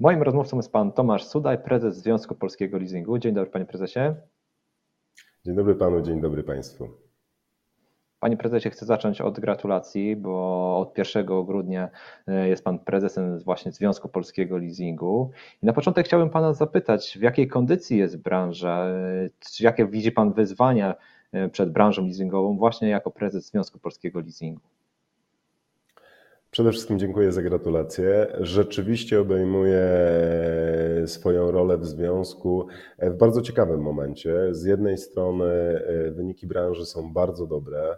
Moim rozmówcą jest pan Tomasz Sudaj, prezes Związku Polskiego Leasingu. Dzień dobry, panie prezesie. Dzień dobry panu, dzień dobry państwu. Panie prezesie, chcę zacząć od gratulacji, bo od 1 grudnia jest pan prezesem właśnie Związku Polskiego Leasingu. I na początek chciałbym pana zapytać, w jakiej kondycji jest branża, jakie widzi pan wyzwania przed branżą leasingową właśnie jako prezes Związku Polskiego Leasingu? Przede wszystkim dziękuję za gratulacje. Rzeczywiście obejmuję swoją rolę w związku w bardzo ciekawym momencie. Z jednej strony wyniki branży są bardzo dobre.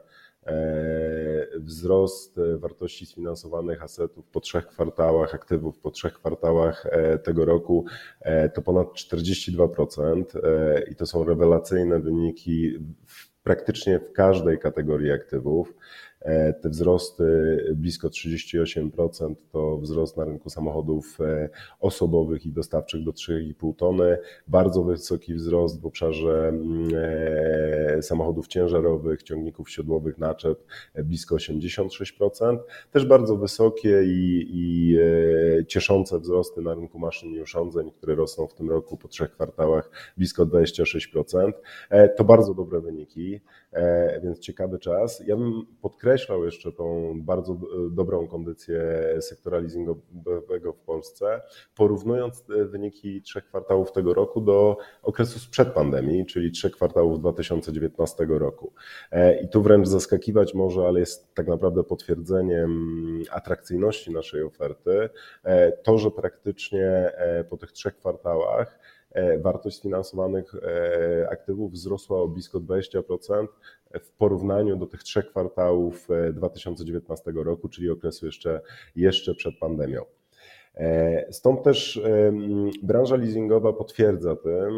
Wzrost wartości sfinansowanych asetów po 3 kwartałach, aktywów po 3 kwartałach tego roku to ponad 42% i to są rewelacyjne wyniki praktycznie w każdej kategorii aktywów. Te wzrosty blisko 38% to wzrost na rynku samochodów osobowych i dostawczych do 3,5 tony. Bardzo wysoki wzrost w obszarze samochodów ciężarowych, ciągników siodłowych, naczep, blisko 86%. Też bardzo wysokie i cieszące wzrosty na rynku maszyn i urządzeń, które rosną w tym roku po 3 kwartałach blisko 26%. To bardzo dobre wyniki, więc ciekawy czas. Ja bym podkreślał jeszcze tą bardzo dobrą kondycję sektora leasingowego w Polsce, porównując wyniki 3 kwartałów tego roku do okresu sprzed pandemii, czyli 3 kwartałów 2019 roku. I tu wręcz zaskakiwać może, ale jest tak naprawdę potwierdzeniem atrakcyjności naszej oferty to, że praktycznie po tych 3 kwartałach wartość sfinansowanych aktywów wzrosła o blisko 20% w porównaniu do tych 3 kwartałów 2019 roku, czyli okresu jeszcze przed pandemią. Stąd też branża leasingowa potwierdza tym,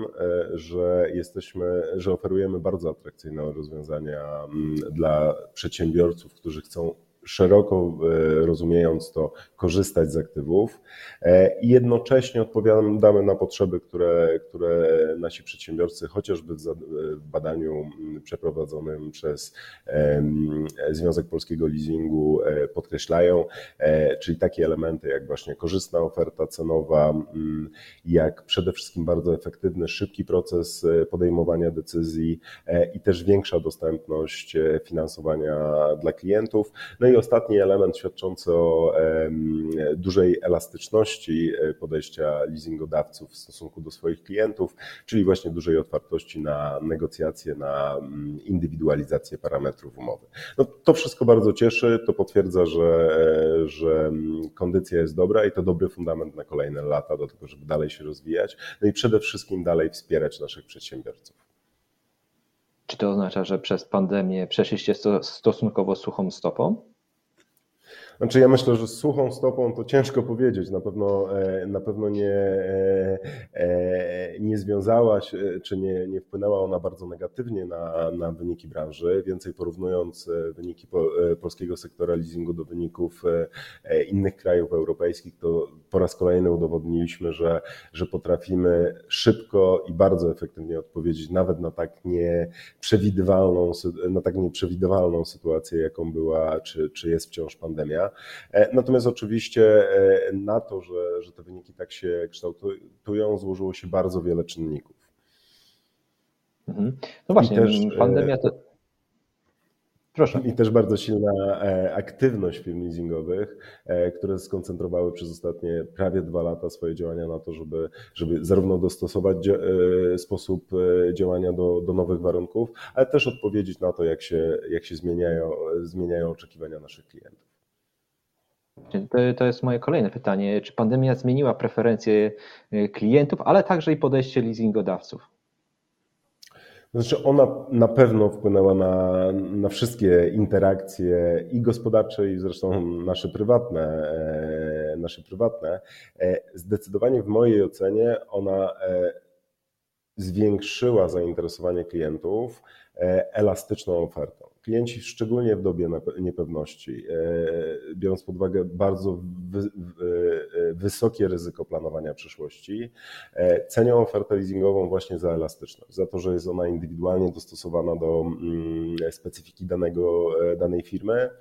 że oferujemy bardzo atrakcyjne rozwiązania dla przedsiębiorców, którzy chcą szeroko rozumiejąc to, korzystać z aktywów i jednocześnie odpowiadamy na potrzeby, które nasi przedsiębiorcy chociażby w badaniu przeprowadzonym przez Związek Polskiego Leasingu podkreślają, czyli takie elementy jak właśnie korzystna oferta cenowa, jak przede wszystkim bardzo efektywny, szybki proces podejmowania decyzji i też większa dostępność finansowania dla klientów. No i ostatni element świadczący o dużej elastyczności podejścia leasingodawców w stosunku do swoich klientów, czyli właśnie dużej otwartości na negocjacje, na indywidualizację parametrów umowy. No, to wszystko bardzo cieszy, to potwierdza, że kondycja jest dobra i to dobry fundament na kolejne lata do tego, żeby dalej się rozwijać, no i przede wszystkim dalej wspierać naszych przedsiębiorców. Czy to oznacza, że przez pandemię przeszliście stosunkowo suchą stopą? Znaczy ja myślę, że z suchą stopą to ciężko powiedzieć, na pewno nie związała się, czy nie wpłynęła ona bardzo negatywnie na wyniki branży. Więcej porównując wyniki polskiego sektora leasingu do wyników innych krajów europejskich, to po raz kolejny udowodniliśmy, że potrafimy szybko i bardzo efektywnie odpowiedzieć nawet na tak nieprzewidywalną sytuację, jaką była, czy jest wciąż pandemia. Natomiast oczywiście na to, że te wyniki tak się kształtują, złożyło się bardzo wiele czynników. No właśnie, pandemia to... Proszę. I też bardzo silna aktywność firm leasingowych, które skoncentrowały przez ostatnie prawie 2 lata swoje działania na to, żeby zarówno dostosować sposób działania do nowych warunków, ale też odpowiedzieć na to, jak się zmieniają oczekiwania naszych klientów. To jest moje kolejne pytanie. Czy pandemia zmieniła preferencje klientów, ale także i podejście leasingodawców? Znaczy ona na pewno wpłynęła na wszystkie interakcje i gospodarcze, i zresztą nasze prywatne. Zdecydowanie w mojej ocenie ona zwiększyła zainteresowanie klientów elastyczną ofertą. Klienci, szczególnie w dobie niepewności, biorąc pod uwagę bardzo wysokie ryzyko planowania przyszłości, cenią ofertę leasingową właśnie za elastyczność, za to, że jest ona indywidualnie dostosowana do specyfiki danej firmy,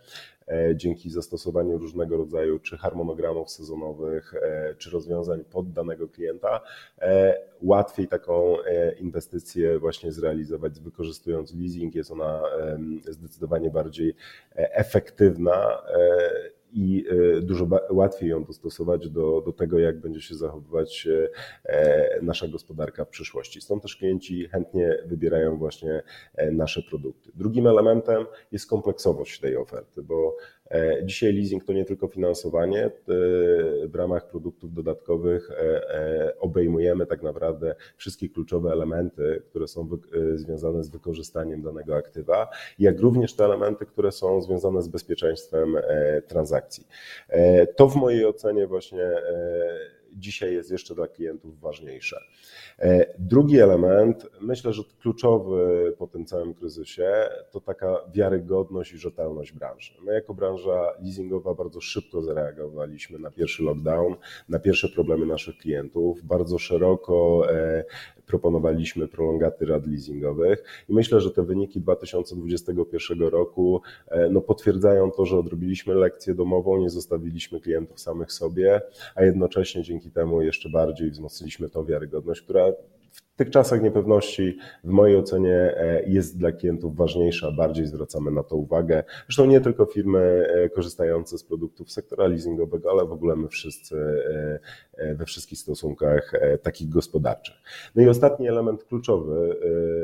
dzięki zastosowaniu różnego rodzaju czy harmonogramów sezonowych, czy rozwiązań pod danego klienta, łatwiej taką inwestycję właśnie zrealizować, wykorzystując leasing. Jest ona zdecydowanie bardziej efektywna i dużo łatwiej ją dostosować do tego, jak będzie się zachowywać nasza gospodarka w przyszłości. Stąd też klienci chętnie wybierają właśnie nasze produkty. Drugim elementem jest kompleksowość tej oferty, bo dzisiaj leasing to nie tylko finansowanie. W ramach produktów dodatkowych obejmujemy tak naprawdę wszystkie kluczowe elementy, które są związane z wykorzystaniem danego aktywa, jak również te elementy, które są związane z bezpieczeństwem transakcji. To w mojej ocenie właśnie dzisiaj jest jeszcze dla klientów ważniejsze. Drugi element, myślę, że kluczowy po tym całym kryzysie, to taka wiarygodność i rzetelność branży. My jako branża leasingowa bardzo szybko zareagowaliśmy na pierwszy lockdown, na pierwsze problemy naszych klientów, bardzo szeroko proponowaliśmy prolongaty rat leasingowych i myślę, że te wyniki 2021 roku potwierdzają to, że odrobiliśmy lekcję domową, nie zostawiliśmy klientów samych sobie, a jednocześnie dzięki temu jeszcze bardziej wzmocniliśmy tą wiarygodność, która w tych czasach niepewności w mojej ocenie jest dla klientów ważniejsza, bardziej zwracamy na to uwagę. Zresztą nie tylko firmy korzystające z produktów sektora leasingowego, ale w ogóle my wszyscy we wszystkich stosunkach takich gospodarczych. No i ostatni element kluczowy,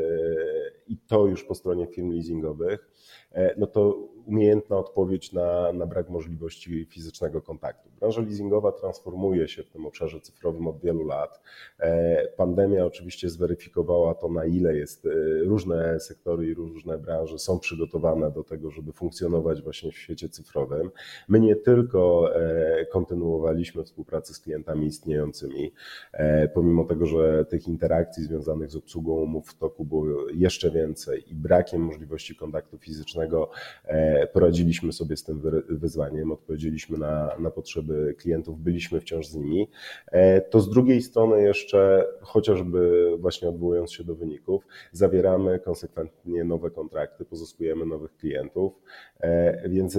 i to już po stronie firm leasingowych, no to umiejętna odpowiedź na brak możliwości fizycznego kontaktu. Branża leasingowa transformuje się w tym obszarze cyfrowym od wielu lat. Pandemia oczywiście zweryfikowała to, na ile różne sektory i różne branże są przygotowane do tego, żeby funkcjonować właśnie w świecie cyfrowym. My nie tylko kontynuowaliśmy współpracę z klientami istniejącymi, pomimo tego, że tych interakcji związanych z obsługą umów w toku było jeszcze więcej i brakiem możliwości kontaktu fizycznego, poradziliśmy sobie z tym wyzwaniem, odpowiedzieliśmy na potrzeby klientów, byliśmy wciąż z nimi. To z drugiej strony jeszcze, chociażby właśnie odwołując się do wyników, zawieramy konsekwentnie nowe kontrakty, pozyskujemy nowych klientów, więc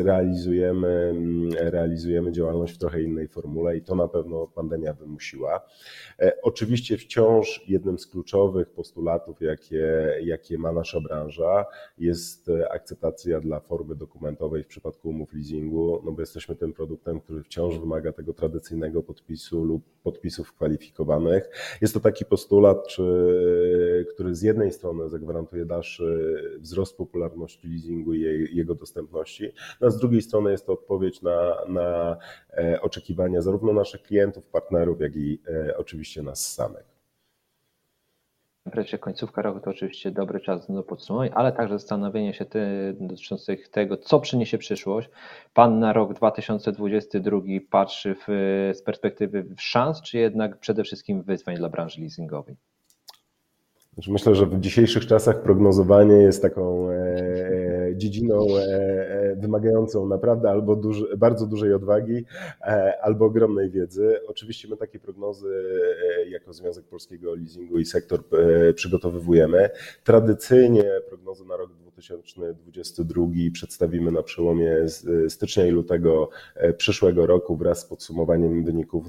realizujemy działalność w trochę innej formule i to na pewno pandemia wymusiła. Oczywiście wciąż jednym z kluczowych postulatów, jakie ma nasza branża, jest akceptacja dla formy dokumentowej w przypadku umów leasingu, no bo jesteśmy tym produktem, który wciąż wymaga tego tradycyjnego podpisu lub podpisów kwalifikowanych. Jest to taki postulat, który z jednej strony zagwarantuje dalszy wzrost popularności leasingu i jego dostępności, a z drugiej strony jest to odpowiedź na oczekiwania zarówno naszych klientów, partnerów, jak i oczywiście nas samych. Wreszcie końcówka roku to oczywiście dobry czas do podsumowań, ale także zastanowienie się dotyczących tego, co przyniesie przyszłość. Pan na rok 2022 patrzy z perspektywy szans, czy jednak przede wszystkim wyzwań dla branży leasingowej? Myślę, że w dzisiejszych czasach prognozowanie jest taką dziedziną wymagającą naprawdę albo bardzo dużej odwagi, albo ogromnej wiedzy. Oczywiście my takie prognozy jako Związek Polskiego Leasingu i Sektor przygotowujemy. Tradycyjnie prognozy na rok 2022 przedstawimy na przełomie stycznia i lutego przyszłego roku wraz z podsumowaniem wyników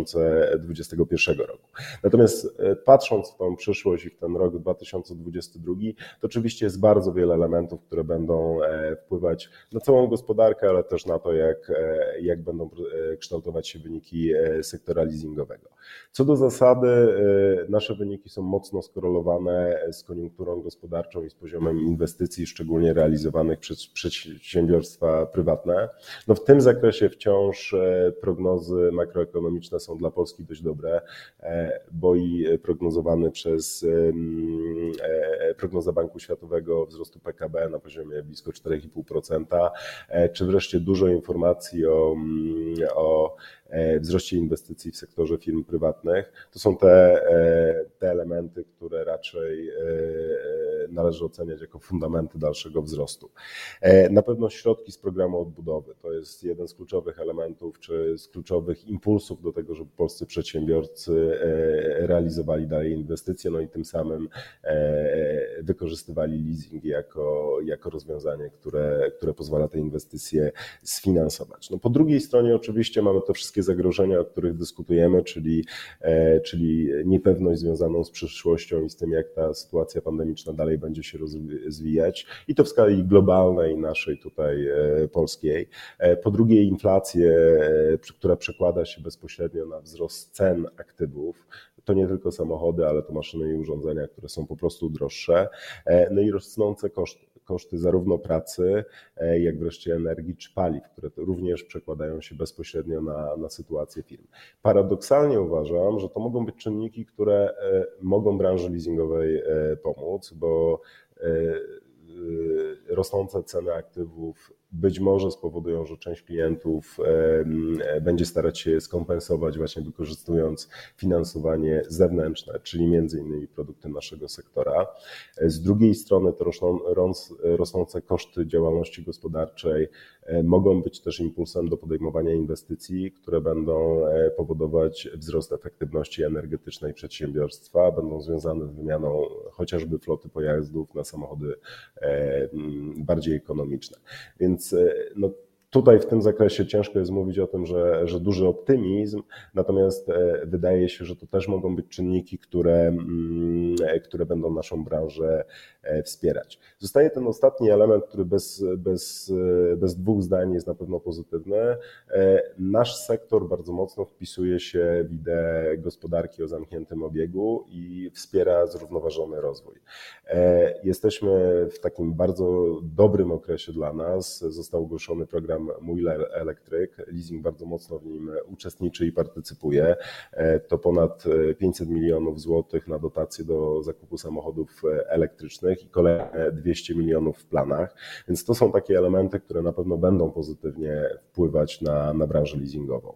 2021 roku. Natomiast patrząc w tą przyszłość i w ten rok 2022, to oczywiście jest bardzo wiele elementów, które będą wpływać na całą gospodarkę, ale też na to, jak będą kształtować się wyniki sektora leasingowego. Co do zasady, nasze wyniki są mocno skorelowane z koniunkturą gospodarczą i z poziomem inwestycji, szczególnie realizowanych przez przedsiębiorstwa prywatne. No w tym zakresie wciąż prognozy makroekonomiczne są dla Polski dość dobre, bo i prognoza Banku Światowego wzrostu PKB na poziomie blisko 4,5%, czy wreszcie dużo informacji o wzroście inwestycji w sektorze firm prywatnych. To są te elementy, które raczej należy oceniać jako fundamenty dalszego wzrostu. Na pewno środki z programu odbudowy to jest jeden z kluczowych elementów, czy z kluczowych impulsów do tego, żeby polscy przedsiębiorcy realizowali dalej inwestycje, no i tym samym wykorzystywali leasing jako rozwiązanie, które pozwala te inwestycje sfinansować. No po drugiej stronie oczywiście mamy te wszystkie zagrożenia, o których dyskutujemy, czyli niepewność związaną z przyszłością i z tym, jak ta sytuacja pandemiczna dalej będzie się rozwijać i to w skali globalnej, naszej tutaj polskiej. Po drugie inflację, która przekłada się bezpośrednio na wzrost cen aktywów. To nie tylko samochody, ale to maszyny i urządzenia, które są po prostu droższe. No i rosnące koszty zarówno pracy, jak wreszcie energii czy paliw, które również przekładają się bezpośrednio na sytuację firm. Paradoksalnie uważam, że to mogą być czynniki, które mogą branży leasingowej pomóc, bo rosnące ceny aktywów być może spowodują, że część klientów będzie starać się skompensować właśnie wykorzystując finansowanie zewnętrzne, czyli między innymi produkty naszego sektora. Z drugiej strony to rosnące koszty działalności gospodarczej mogą być też impulsem do podejmowania inwestycji, które będą powodować wzrost efektywności energetycznej przedsiębiorstwa, będą związane z wymianą chociażby floty pojazdów na samochody bardziej ekonomiczne. Więc no, tutaj w tym zakresie ciężko jest mówić o tym, że duży optymizm, natomiast wydaje się, że to też mogą być czynniki, które będą naszą branżę wspierać. Zostaje ten ostatni element, który bez dwóch zdań jest na pewno pozytywny. Nasz sektor bardzo mocno wpisuje się w ideę gospodarki o zamkniętym obiegu i wspiera zrównoważony rozwój. Jesteśmy w takim bardzo dobrym okresie dla nas. Został ogłoszony program Mój Elektryk. Leasing bardzo mocno w nim uczestniczy i partycypuje. To ponad 500 milionów złotych na dotacje do zakupu samochodów elektrycznych i kolejne 200 milionów w planach. Więc to są takie elementy, które na pewno będą pozytywnie wpływać na branżę leasingową.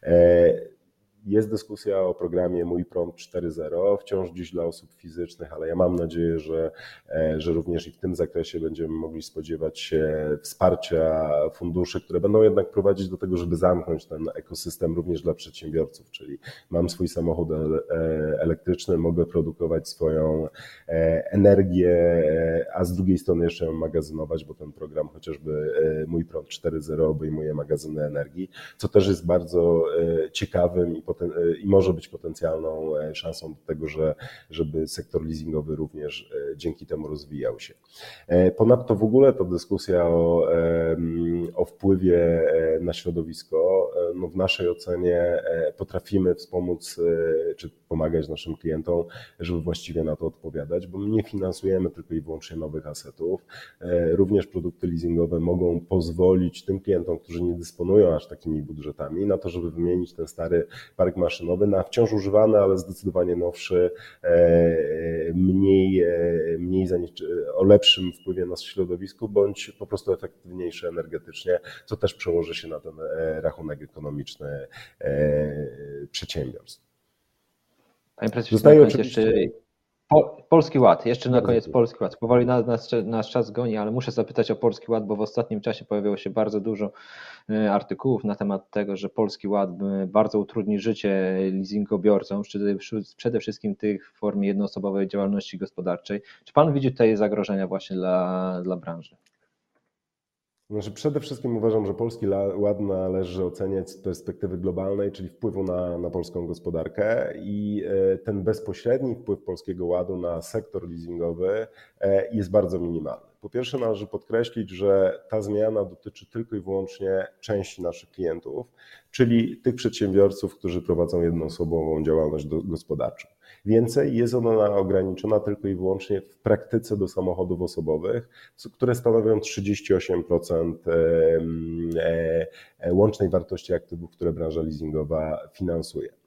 Jest dyskusja o programie Mój Prąd 4.0, wciąż dziś dla osób fizycznych, ale ja mam nadzieję, że również i w tym zakresie będziemy mogli spodziewać się wsparcia funduszy, które będą jednak prowadzić do tego, żeby zamknąć ten ekosystem również dla przedsiębiorców, czyli mam swój samochód elektryczny, mogę produkować swoją energię, a z drugiej strony jeszcze ją magazynować, bo ten program chociażby Mój Prąd 4.0 obejmuje magazyny energii, co też jest bardzo ciekawym i może być potencjalną szansą do tego, żeby sektor leasingowy również dzięki temu rozwijał się. Ponadto w ogóle to dyskusja o wpływie na środowisko, no w naszej ocenie potrafimy wspomóc czy pomagać naszym klientom, żeby właściwie na to odpowiadać, bo my nie finansujemy tylko i wyłącznie nowych asetów. Również produkty leasingowe mogą pozwolić tym klientom, którzy nie dysponują aż takimi budżetami, na to, żeby wymienić ten stary park maszynowy na wciąż używany, ale zdecydowanie nowszy, o lepszym wpływie na środowisku, bądź po prostu efektywniejszy energetycznie, co też przełoży się na ten rachunek ekonomiczny przedsiębiorstw. Panie prezesie, jeszcze Polski Ład, jeszcze na koniec Polski Ład. Powoli nasz czas goni, ale muszę zapytać o Polski Ład, bo w ostatnim czasie pojawiło się bardzo dużo artykułów na temat tego, że Polski Ład bardzo utrudni życie leasingobiorcom, przede wszystkim tych w formie jednoosobowej działalności gospodarczej. Czy Pan widzi tutaj zagrożenia właśnie dla branży? Znaczy przede wszystkim uważam, że Polski Ład należy oceniać z perspektywy globalnej, czyli wpływu na polską gospodarkę i ten bezpośredni wpływ Polskiego Ładu na sektor leasingowy jest bardzo minimalny. Po pierwsze należy podkreślić, że ta zmiana dotyczy tylko i wyłącznie części naszych klientów, czyli tych przedsiębiorców, którzy prowadzą jednoosobową działalność gospodarczą. Więcej, jest ona ograniczona tylko i wyłącznie w praktyce do samochodów osobowych, które stanowią 38% łącznej wartości aktywów, które branża leasingowa finansuje.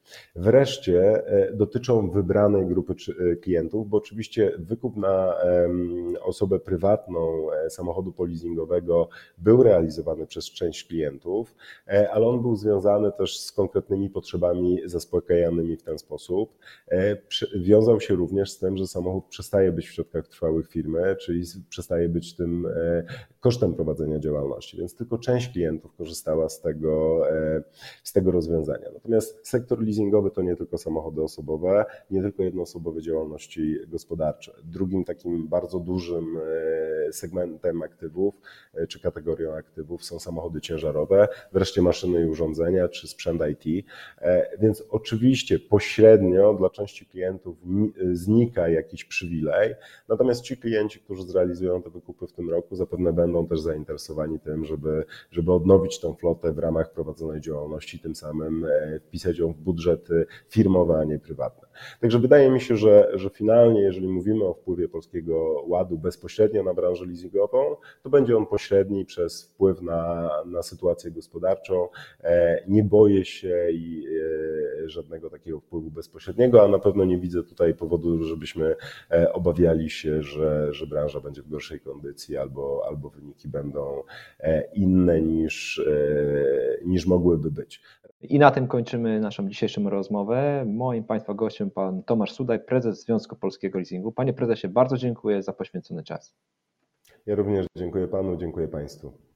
Wreszcie dotyczą wybranej grupy klientów, bo oczywiście wykup na osobę prywatną samochodu poleasingowego był realizowany przez część klientów, ale on był związany też z konkretnymi potrzebami zaspokajanymi w ten sposób. Wiązał się również z tym, że samochód przestaje być w środkach trwałych firmy, czyli przestaje być tym kosztem prowadzenia działalności, więc tylko część klientów korzystała z tego rozwiązania. Natomiast sektor leasingowy to nie tylko samochody osobowe, nie tylko jednoosobowe działalności gospodarcze. Drugim takim bardzo dużym segmentem aktywów czy kategorią aktywów są samochody ciężarowe, wreszcie maszyny i urządzenia czy sprzęt IT. Więc oczywiście pośrednio dla części klientów znika jakiś przywilej, natomiast ci klienci, którzy zrealizują te wykupy w tym roku, zapewne będą też zainteresowani tym, żeby odnowić tę flotę w ramach prowadzonej działalności, tym samym wpisać ją w budżety firmowe, a nie prywatne. Także wydaje mi się, że finalnie, jeżeli mówimy o wpływie Polskiego Ładu bezpośrednio na branżę leasingową, to będzie on pośredni przez wpływ na sytuację gospodarczą. Nie boję się żadnego takiego wpływu bezpośredniego, a na pewno nie widzę tutaj powodu, żebyśmy obawiali się, że branża będzie w gorszej kondycji albo wyniki będą inne niż mogłyby być. I na tym kończymy naszą dzisiejszą rozmowę. Moim Państwa gościem pan Tomasz Sudaj, prezes Związku Polskiego Leasingu. Panie prezesie, bardzo dziękuję za poświęcony czas. Ja również dziękuję panu, dziękuję państwu.